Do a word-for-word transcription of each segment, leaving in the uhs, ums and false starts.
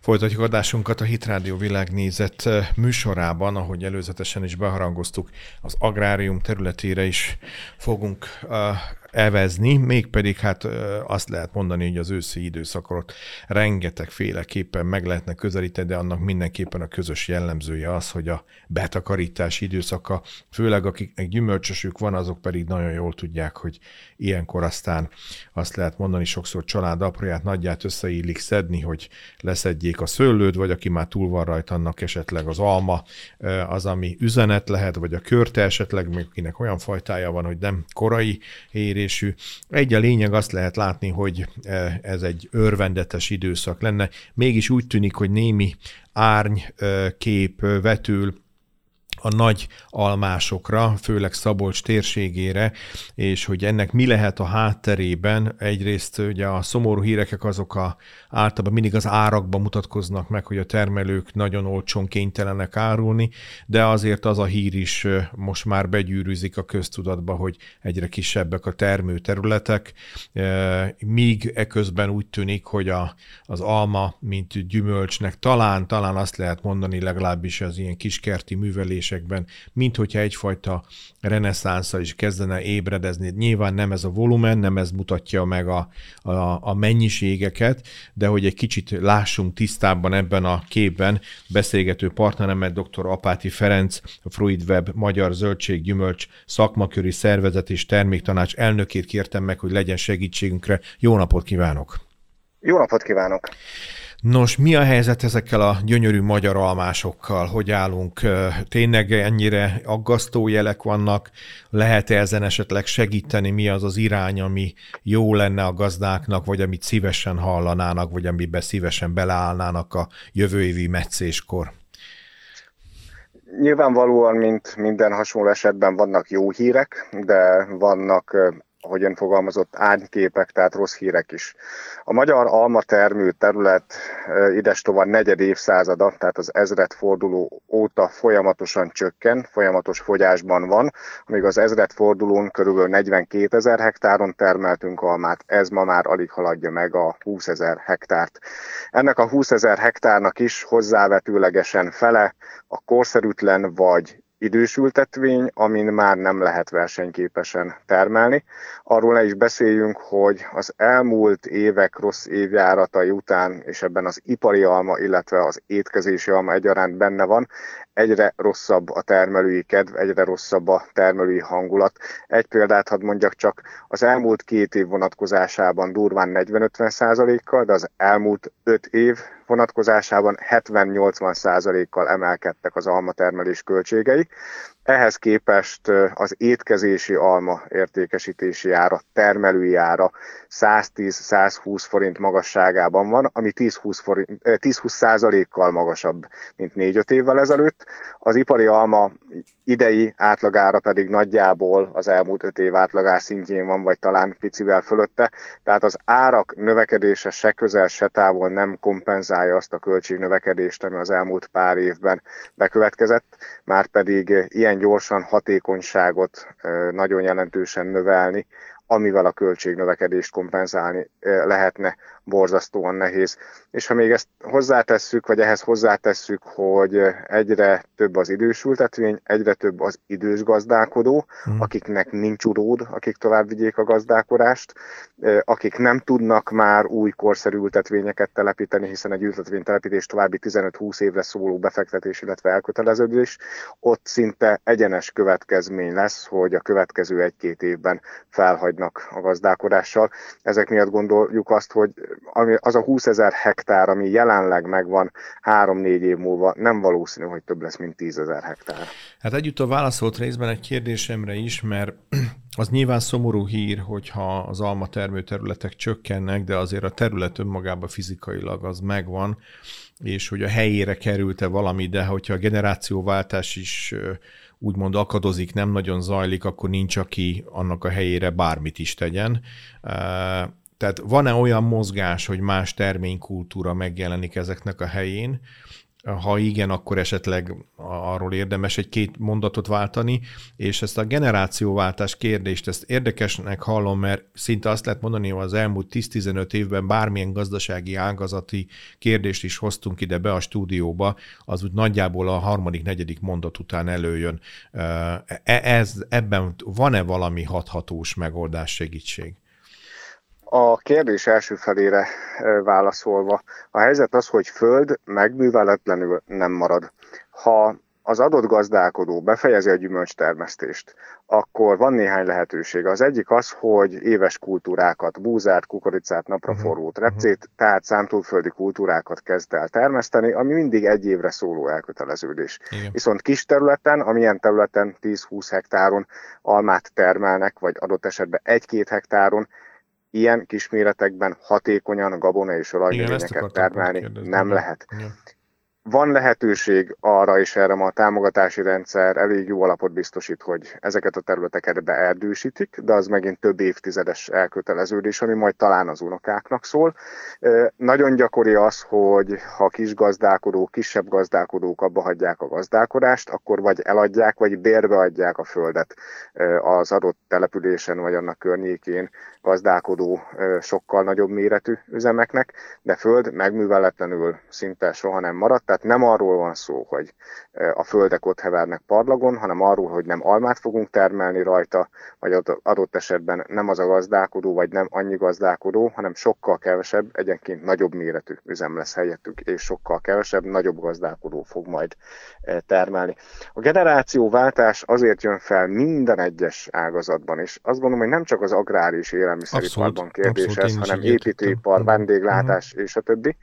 Folytatjuk adásunkat a Hit Rádió Világnézet műsorában, ahogy előzetesen is beharangoztuk, az agrárium területére is fogunk uh, evezni, mégpedig hát uh, azt lehet mondani, hogy az őszi időszakot rengetegféleképpen meg lehetne közelíteni, de annak mindenképpen a közös jellemzője az, hogy a betakarítási időszaka, főleg akiknek gyümölcsösük van, azok pedig nagyon jól tudják, hogy ilyenkor aztán azt lehet mondani, sokszor család apróját, nagyját összeillik szedni, hogy leszedjék a szőlőt, vagy aki már túl van rajta, annak esetleg az alma az, ami üzenet lehet, vagy a körte esetleg, még akinek olyan fajtája van, hogy nem korai érésű. Egy a lényeg, azt lehet látni, hogy ez egy örvendetes időszak lenne. Mégis úgy tűnik, hogy némi árnykép vetül a nagy almásokra, főleg Szabolcs térségére, és hogy ennek mi lehet a hátterében. Egyrészt ugye a szomorú hírekek azok a, általában mindig az árakban mutatkoznak meg, hogy a termelők nagyon olcsón kénytelenek árulni, de azért az a hír is most már begyűrűzik a köztudatba, hogy egyre kisebbek a termőterületek, míg eközben úgy tűnik, hogy a, az alma, mint gyümölcsnek talán, talán azt lehet mondani, legalábbis az ilyen kiskerti művelés, mint hogyha egyfajta reneszánsza is kezdene ébredezni. Nyilván nem ez a volumen, nem ez mutatja meg a, a, a mennyiségeket, de hogy egy kicsit lássunk tisztábban ebben a képben, beszélgető partneremet, dr. Apáti Ferenc, a Fruitweb Magyar Zöldséggyümölcs Szakmaköri Szervezet és Terméktanács elnökét kértem meg, hogy legyen segítségünkre. Jó napot kívánok! Jó napot kívánok! Nos, mi a helyzet ezekkel a gyönyörű magyar almásokkal? Hogy állunk? Tényleg ennyire aggasztó jelek vannak? Lehet-e ezen esetleg segíteni? Mi az az irány, ami jó lenne a gazdáknak, vagy amit szívesen hallanának, vagy amiben szívesen beleállnának a jövő évi metszéskor? Nyilvánvalóan, mint minden hasonló esetben vannak jó hírek, de vannak, ahogy ön fogalmazott, árnyképek, tehát rossz hírek is. A magyar almatermő terület idestova negyed évszázada, tehát az ezredforduló óta folyamatosan csökken, folyamatos fogyásban van, amíg az ezredfordulón körülbelül negyvenkétezer hektáron termeltünk almát, ez ma már alig haladja meg a húszezer hektárt. Ennek a húszezer hektárnak is hozzávetőlegesen fele a korszerűtlen vagy idős ültetvény, amin már nem lehet versenyképesen termelni. Arról ne is beszéljünk, hogy az elmúlt évek rossz évjáratai után, és ebben az ipari alma, illetve az étkezési alma egyaránt benne van, egyre rosszabb a termelői kedv, egyre rosszabb a termelői hangulat. Egy példát hadd mondjak csak, az elmúlt két év vonatkozásában durván negyven-ötven százalékkal, de az elmúlt öt év vonatkozásában hetven-nyolcvan százalékkal emelkedtek az almatermelés költségei. Ehhez képest az étkezési alma értékesítési ára, termelői ára száztíz-százhúsz forint magasságában van, ami tíz-húsz százalékkal magasabb, mint négy-öt évvel ezelőtt. Az ipari alma idei átlagára pedig nagyjából az elmúlt öt év átlagár szintjén van, vagy talán picivel fölötte. Tehát az árak növekedése se közel, se távol nem kompenzálja azt a költségnövekedést, ami az elmúlt pár évben bekövetkezett, már pedig ilyen gyorsan hatékonyságot nagyon jelentősen növelni, amivel a költségnövekedést kompenzálni lehetne, borzasztóan nehéz. És ha még ezt hozzátesszük, vagy ehhez hozzátesszük, hogy egyre több az idős ültetvény, egyre több az idős gazdálkodó, hmm. akiknek nincs uród, akik tovább vigyék a gazdálkodást, akik nem tudnak már új korszerű ültetvényeket telepíteni, hiszen egy ültetvénytelepítés további tizenöt-húsz évre szóló befektetés, illetve elköteleződés, ott szinte egyenes következmény lesz, hogy a következő egy-két évben felhagynak a gazdálkodással. Ezek miatt gondoljuk azt, hogy az a húszezer hektár, ami jelenleg megvan, három-négy év múlva nem valószínű, hogy több lesz, mint tízezer hektár. Hát egyúttal válaszolt részben egy kérdésemre is, mert az nyilván szomorú hír, hogyha az alma termőterületek csökkennek, de azért a terület önmagában fizikailag az megvan, és hogy a helyére került-e valami, de hogyha a generációváltás is úgymond akadozik, nem nagyon zajlik, akkor nincs, aki annak a helyére bármit is tegyen. Tehát van-e olyan mozgás, hogy más terménykultúra megjelenik ezeknek a helyén, Ha igen, akkor esetleg arról érdemes egy-két mondatot váltani, és ezt a generációváltás kérdést, ezt érdekesnek hallom, mert szinte azt lehet mondani, hogy az elmúlt tíz-tizenöt évben bármilyen gazdasági ágazati kérdést is hoztunk ide be a stúdióba, az úgy nagyjából a harmadik, negyedik mondat után előjön. Ez, ebben van-e valami hathatós megoldás, segítség? A kérdés első felére válaszolva, a helyzet az, hogy föld megműveletlenül nem marad. Ha az adott gazdálkodó befejezi a gyümölcstermesztést, akkor van néhány lehetőség. Az egyik az, hogy éves kultúrákat, búzát, kukoricát, napraforrót, repcét, tehát szántúlföldi kultúrákat kezd el termeszteni, ami mindig egy évre szóló elköteleződés. Igen. Viszont kis területen, amilyen területen tíz-húsz hektáron almát termelnek, vagy adott esetben egy-két hektáron, ilyen kisméretekben hatékonyan gabona és olajnövényeket termelni kérdezni, nem igen. lehet. Igen. Van lehetőség arra, és erre ma a támogatási rendszer elég jó alapot biztosít, hogy ezeket a területeket beerdősítik, de az megint több évtizedes elköteleződés, ami majd talán az unokáknak szól. Nagyon gyakori az, hogy ha kis gazdálkodók, kisebb gazdálkodók abba hagyják a gazdálkodást, akkor vagy eladják, vagy bérbe adják a földet az adott településen, vagy annak környékén gazdálkodó sokkal nagyobb méretű üzemeknek, de föld megműveletlenül szinte soha nem maradt. Tehát nem arról van szó, hogy a földek ott hevernek parlagon, hanem arról, hogy nem almát fogunk termelni rajta, vagy adott esetben nem az a gazdálkodó, vagy nem annyi gazdálkodó, hanem sokkal kevesebb, egyenként nagyobb méretű üzem lesz helyettük, és sokkal kevesebb, nagyobb gazdálkodó fog majd termelni. A generációváltás azért jön fel minden egyes ágazatban, és azt gondolom, hogy nem csak az agrár és élelmiszeriparban kérdés ez, hanem építőipar, vendéglátás és a többi.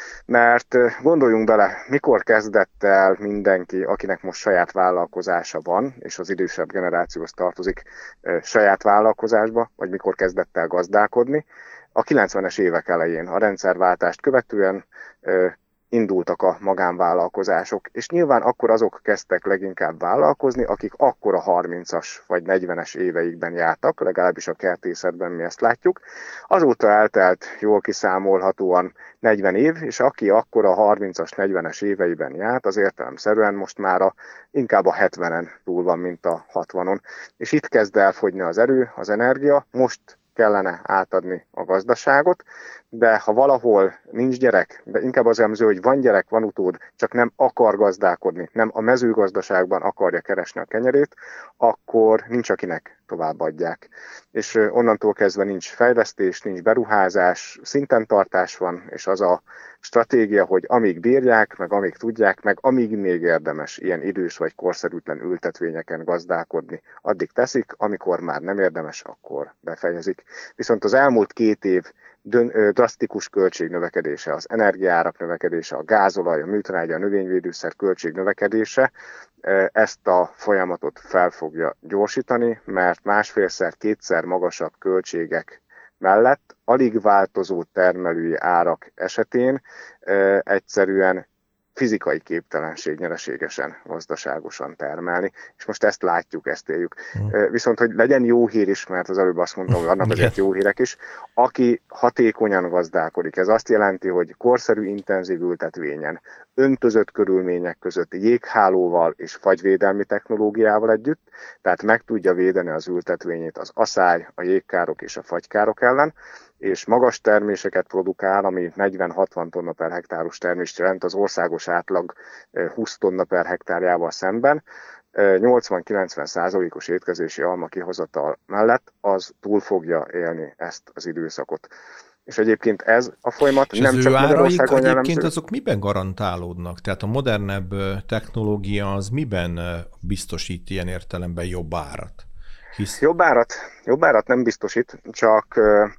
Mert gondoljunk bele, mikor kezdett el mindenki, akinek most saját vállalkozása van, és az idősebb generációhoz tartozik saját vállalkozásba, vagy mikor kezdett el gazdálkodni. A kilencvenes évek elején, a rendszerváltást követően indultak a magánvállalkozások, és nyilván akkor azok kezdtek leginkább vállalkozni, akik akkor a harmincas vagy negyvenes éveikben jártak, legalábbis a kertészetben mi ezt látjuk. Azóta eltelt jól kiszámolhatóan negyven év, és aki akkor a harmincas, negyvenes éveiben járt, az értelemszerűen most már a, inkább a hetvenen túl van, mint a hatvanon. És itt kezd elfogyni az erő, az energia, most kellene átadni a gazdaságot, de ha valahol nincs gyerek, de inkább az jellemző, hogy van gyerek, van utód, csak nem akar gazdálkodni, nem a mezőgazdaságban akarja keresni a kenyerét, akkor nincs akinek továbbadják. És onnantól kezdve nincs fejlesztés, nincs beruházás, szinten tartás van, és az a stratégia, hogy amíg bírják, meg amíg tudják, meg amíg még érdemes ilyen idős vagy korszerűtlen ültetvényeken gazdálkodni, addig teszik, amikor már nem érdemes, akkor befejezik. Viszont az elmúlt két év drasztikus költségnövekedése, az energiaárak növekedése, a gázolaj, a műtrágya, a növényvédőszer költségnövekedése ezt a folyamatot fel fogja gyorsítani, mert másfélszer, kétszer magasabb költségek mellett alig változó termelői árak esetén egyszerűen fizikai képtelenség nyereségesen, gazdaságosan termelni, és most ezt látjuk, ezt éljük. Mm. Viszont, hogy legyen jó hír is, mert az előbb azt mondtam, hogy vannak azért jó hírek is, aki hatékonyan gazdálkodik. Ez azt jelenti, hogy korszerű, intenzív ültetvényen, öntözött körülmények között, jéghálóval és fagyvédelmi technológiával együtt, tehát meg tudja védeni az ültetvényét az aszály, a jégkárok és a fagykárok ellen, és magas terméseket produkál, ami negyven-hatvan tonna per hektáros termést jelent az országos átlag húsz tonna per hektárjával szemben, nyolcvan-kilencven százalékos étkezési alma kihozatal mellett az túl fogja élni ezt az időszakot. És egyébként ez a folyamat és nem csak Magyarországon jellemző. Egyébként azok miben garantálódnak? Tehát a modernebb technológia az miben biztosít ilyen értelemben jobb árat? Hisz... Jobb árat? Jobb árat nem biztosít, csak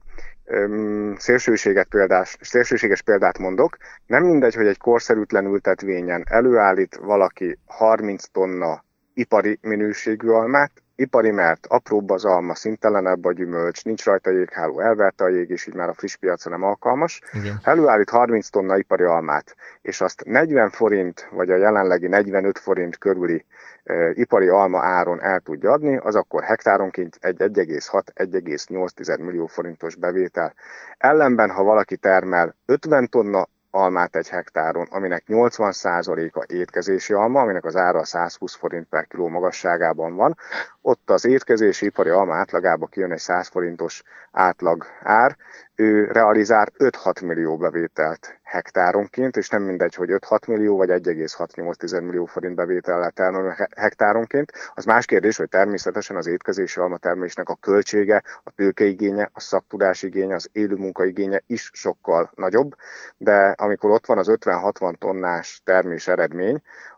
szélsőséget példás, szélsőséges példát mondok. Nem mindegy, hogy egy korszerűtlen ültetvényen előállít valaki harminc tonna ipari minőségű almát, ipari, mert apróbb az alma, szintelenebb a gyümölcs, nincs rajta jégháló, elverte a jég, és így már a friss piacra nem alkalmas. Igen. Előállít harminc tonna ipari almát, és azt negyven forint, vagy a jelenlegi negyvenöt forint körüli e, ipari alma áron el tudja adni, az akkor hektáronként egy egy egész hat-egy egész nyolc millió forintos bevétel. Ellenben, ha valaki termel ötven tonna almát egy hektáron, aminek nyolcvan százaléka étkezési alma, aminek az ára százhúsz forint per kiló magasságában van, ott az étkezési ipari alma átlagában kijön egy száz forintos átlag ár, ő realizál öt-hat millió bevételt hektáronként, és nem mindegy, hogy öt-hat millió vagy egy egész hatnyolc millió forint bevétellel termelő hektáronként. Az más kérdés, hogy természetesen az étkezési almatermelésnek a költsége, a tőkeigénye, a szaktudásigénye, az élő munkaigénye is sokkal nagyobb, de amikor ott van az ötven-hatvan tonnás termés eredmény,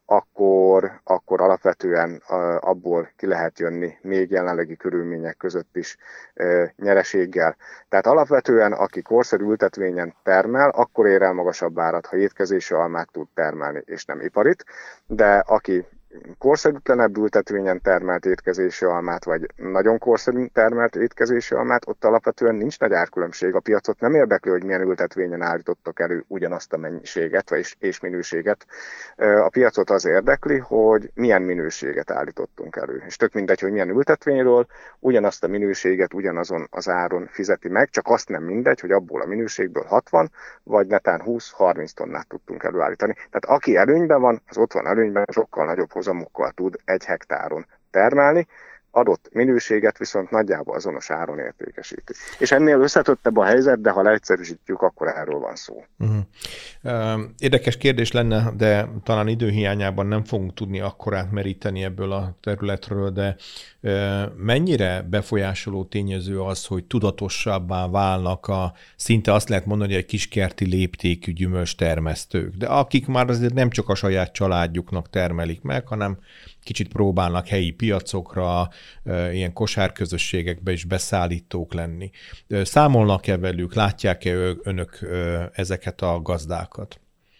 akkor, akkor alapvetően abból ki lehet jönni még jelenlegi körülmények között is nyereséggel. Tehát alapvetően, aki korszerű ültetvényen termel, akkor ér el magasabb árat, ha étkezési almát tud termelni, és nem iparit, de aki korszerűtlenebb ültetvényen termelt étkezési almát, vagy nagyon korszerű termelt étkezési almát, ott alapvetően nincs nagy árkülönbség. A piacot nem érdekli, hogy milyen ültetvényen állítottak elő ugyanazt a mennyiséget és, és minőséget. A piacot az érdekli, hogy milyen minőséget állítottunk elő. És tök mindegy, hogy milyen ültetvényről, ugyanazt a minőséget ugyanazon az áron fizeti meg, csak azt nem mindegy, hogy abból a minőségből hatvan, vagy netán húsz-harminc tonnát tudtunk előállítani. Tehát aki előnyben van, az ott van előnyben, sokkal nagyobb hozamokkal tud egy hektáron termelni, adott minőséget viszont nagyjából azonos áron értékesíti. És ennél összetettebb a helyzet, de ha leegyszerűsítjük, akkor erről van szó. Uh-huh. Érdekes kérdés lenne, de talán időhiányában nem fogunk tudni akkorát meríteni ebből a területről, de mennyire befolyásoló tényező az, hogy tudatosabbá válnak a, szinte azt lehet mondani, hogy egy kiskerti léptékű gyümölcstermesztők, de akik már azért nem csak a saját családjuknak termelik meg, hanem kicsit próbálnak helyi piacokra, ilyen kosárközösségekbe is beszállítók lenni. Számolnak-e velük, látják-e önök ezeket a gazdákat?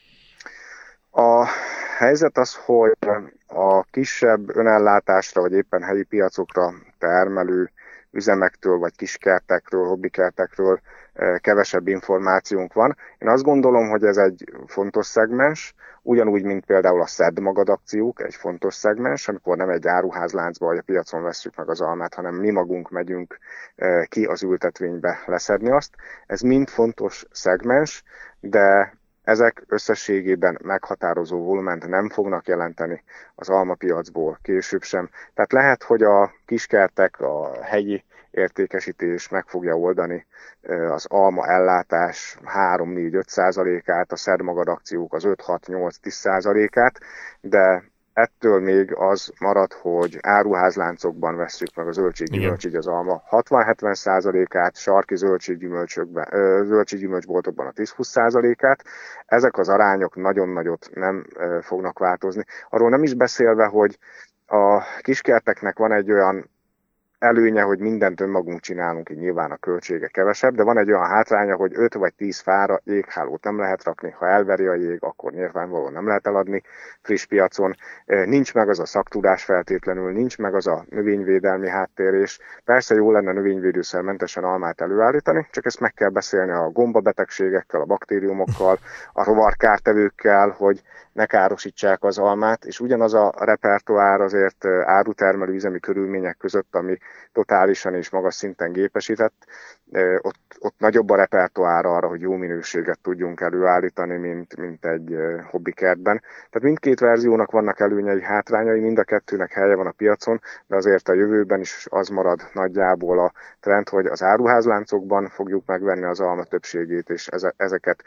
A helyzet az, hogy a kisebb önellátásra, vagy éppen helyi piacokra termelő üzemektől, vagy kiskertekről, hobbikertekről kevesebb információnk van. Én azt gondolom, hogy ez egy fontos szegmens, ugyanúgy, mint például a szedd magad akciók, egy fontos szegmens, amikor nem egy áruházláncba vagy a piacon vesszük meg az almát, hanem mi magunk megyünk ki az ültetvénybe leszedni azt. Ez mind fontos szegmens, de ezek összességében meghatározó volument nem fognak jelenteni az almapiacból később sem. Tehát lehet, hogy a kiskertek, a helyi értékesítés meg fogja oldani az alma ellátás három-négy-öt százalékát, a szedd magad akciók az öt-hat-nyolc-tíz százalékát, de ettől még az marad, hogy áruházláncokban vesszük meg a zöldséggyümölcs, az alma hatvan-hetven százalékát, sarki zöldséggyümölcsökben, zöldséggyümölcsboltokban a tíz-húsz százalékát. Ezek az arányok nagyon nagyot nem fognak változni. Arról nem is beszélve, hogy a kiskerteknek van egy olyan előnye, hogy mindent önmagunk csinálunk, így nyilván a költsége kevesebb, de van egy olyan hátránya, hogy öt vagy tíz fára jéghálót nem lehet rakni, ha elveri a jég, akkor nyilvánvalóan nem lehet eladni friss piacon, nincs meg az a szaktudás feltétlenül, nincs meg az a növényvédelmi háttér, és persze jó lenne növényvédőszermentesen almát előállítani, csak ezt meg kell beszélni a gombabetegségekkel, a baktériumokkal, a rovarkártevőkkel, hogy ne károsítsák az almát, és ugyanaz a repertoár azért árutermelő üzemi körülmények között, ami totálisan és magas szinten gépesített, ott, ott nagyobb a repertoár arra, hogy jó minőséget tudjunk előállítani, mint, mint egy hobbikertben. Tehát mindkét verziónak vannak előnyei, hátrányai, mind a kettőnek helye van a piacon, de azért a jövőben is az marad nagyjából a trend, hogy az áruházláncokban fogjuk megvenni az alma többségét, és ezeket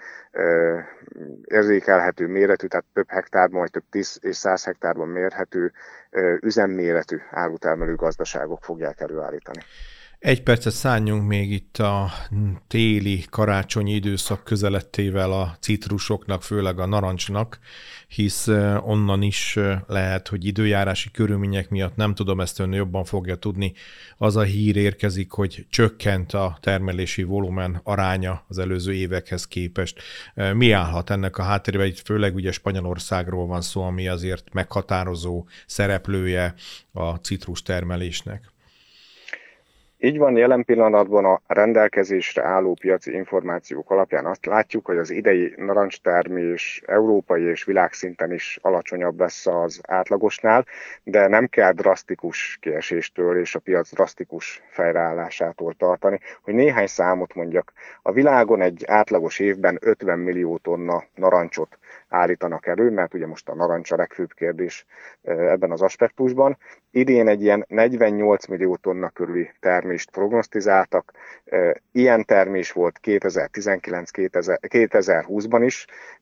érzékelhető méretű, tehát több hektárban, vagy több tíz és száz hektárban mérhető üzemméretű árutermelő gazdaságok fogják előállítani. Egy percet szálljunk még itt a téli, karácsonyi időszak közelettével a citrusoknak, főleg a narancsnak, hisz onnan is lehet, hogy időjárási körülmények miatt, nem tudom, ezt ön jobban fogja tudni, az a hír érkezik, hogy csökkent a termelési volumen aránya az előző évekhez képest. Mi állhat ennek a háttérben? Itt főleg ugye Spanyolországról van szó, ami azért meghatározó szereplője a citrus termelésnek. Így van, jelen pillanatban a rendelkezésre álló piaci információk alapján azt látjuk, hogy az idei narancstermés európai és világszinten is alacsonyabb lesz az átlagosnál, de nem kell drasztikus kieséstől és a piac drasztikus fejreállásától tartani. Hogy néhány számot mondjak, a világon egy átlagos évben ötven millió tonna narancsot állítanak elő, mert ugye most a narancs a legfőbb kérdés ebben az aspektusban. Idén egy ilyen negyvennyolc millió tonna körüli termést prognosztizáltak. Ilyen termés volt kétezer-tizenkilenc kétezer-húszban is,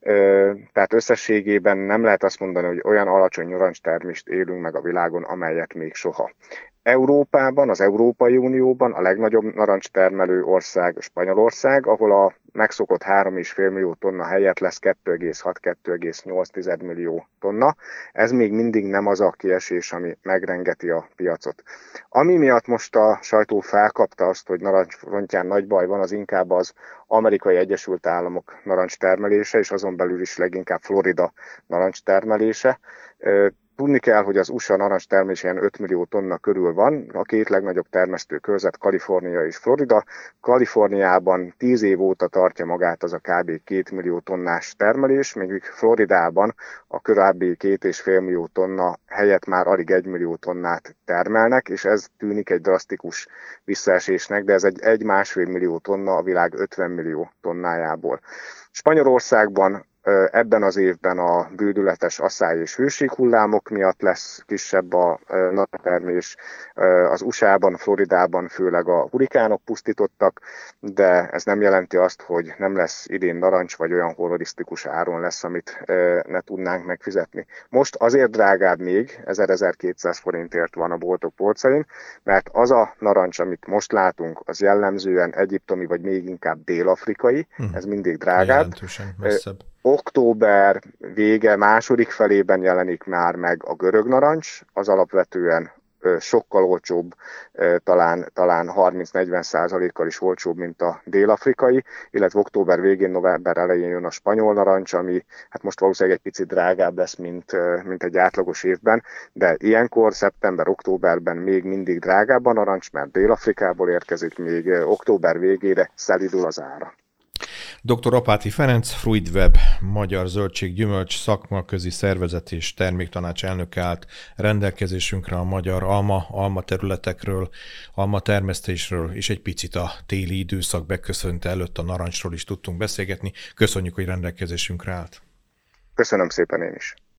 tehát összességében nem lehet azt mondani, hogy olyan alacsony narancstermést élünk meg a világon, amelyet még soha. Európában, az Európai Unióban a legnagyobb narancstermelő ország Spanyolország, ahol a megszokott három egész öt millió tonna helyett lesz kettő egész hat - kettő egész nyolc millió tonna. Ez még mindig nem az a kiesés, ami megrengeti a piacot. Ami miatt most a sajtó felkapta azt, hogy narancsfrontján nagy baj van, az inkább az Amerikai Egyesült Államok narancstermelése, és azon belül is leginkább Florida narancstermelése. Tudni kell, hogy az u es á narancstermés ilyen öt millió tonna körül van, a két legnagyobb termesztő körzet Kalifornia és Florida. Kaliforniában tíz év óta tartja magát az a kb. két millió tonnás termelés, míg Floridában a korábbi két egész öt millió tonna helyett már alig egy millió tonnát termelnek, és ez tűnik egy drasztikus visszaesésnek, de ez egy egy-másfél millió tonna a világ ötven millió tonnájából. Spanyolországban ebben az évben a bődületes asszály és hőséghullámok miatt lesz kisebb a narancstermés. Az u es á-ban, Floridában főleg a hurikánok pusztítottak, de ez nem jelenti azt, hogy nem lesz idén narancs, vagy olyan horrorisztikus áron lesz, amit ne tudnánk megfizetni. Most azért drágább még, ezer-ezerkétszáz forintért van a boltok polcain, mert az a narancs, amit most látunk, az jellemzően egyiptomi, vagy még inkább dél-afrikai, hmm. ez mindig drágább. Jelentősen messzebb. Október vége, második felében jelenik már meg a görög narancs, az alapvetően sokkal olcsóbb, talán, talán harminc-negyven százalékkal is olcsóbb, mint a dél-afrikai, illetve október végén, november elején jön a spanyol narancs, ami hát most valószínűleg egy picit drágább lesz, mint, mint egy átlagos évben, de ilyenkor szeptember-októberben még mindig drágább a narancs, mert Dél-Afrikából érkezik, még október végére szelidul az ára. doktor Apáti Ferenc, Fruitweb Magyar Zöldség-Gyümölcs Szakmaközi Szervezet és Terméktanács elnöke állt rendelkezésünkre a magyar alma, alma területekről, alma termesztésről, és egy picit a téli időszak beköszönte előtt a narancsról is tudtunk beszélgetni. Köszönjük, hogy rendelkezésünkre állt. Köszönöm szépen én is.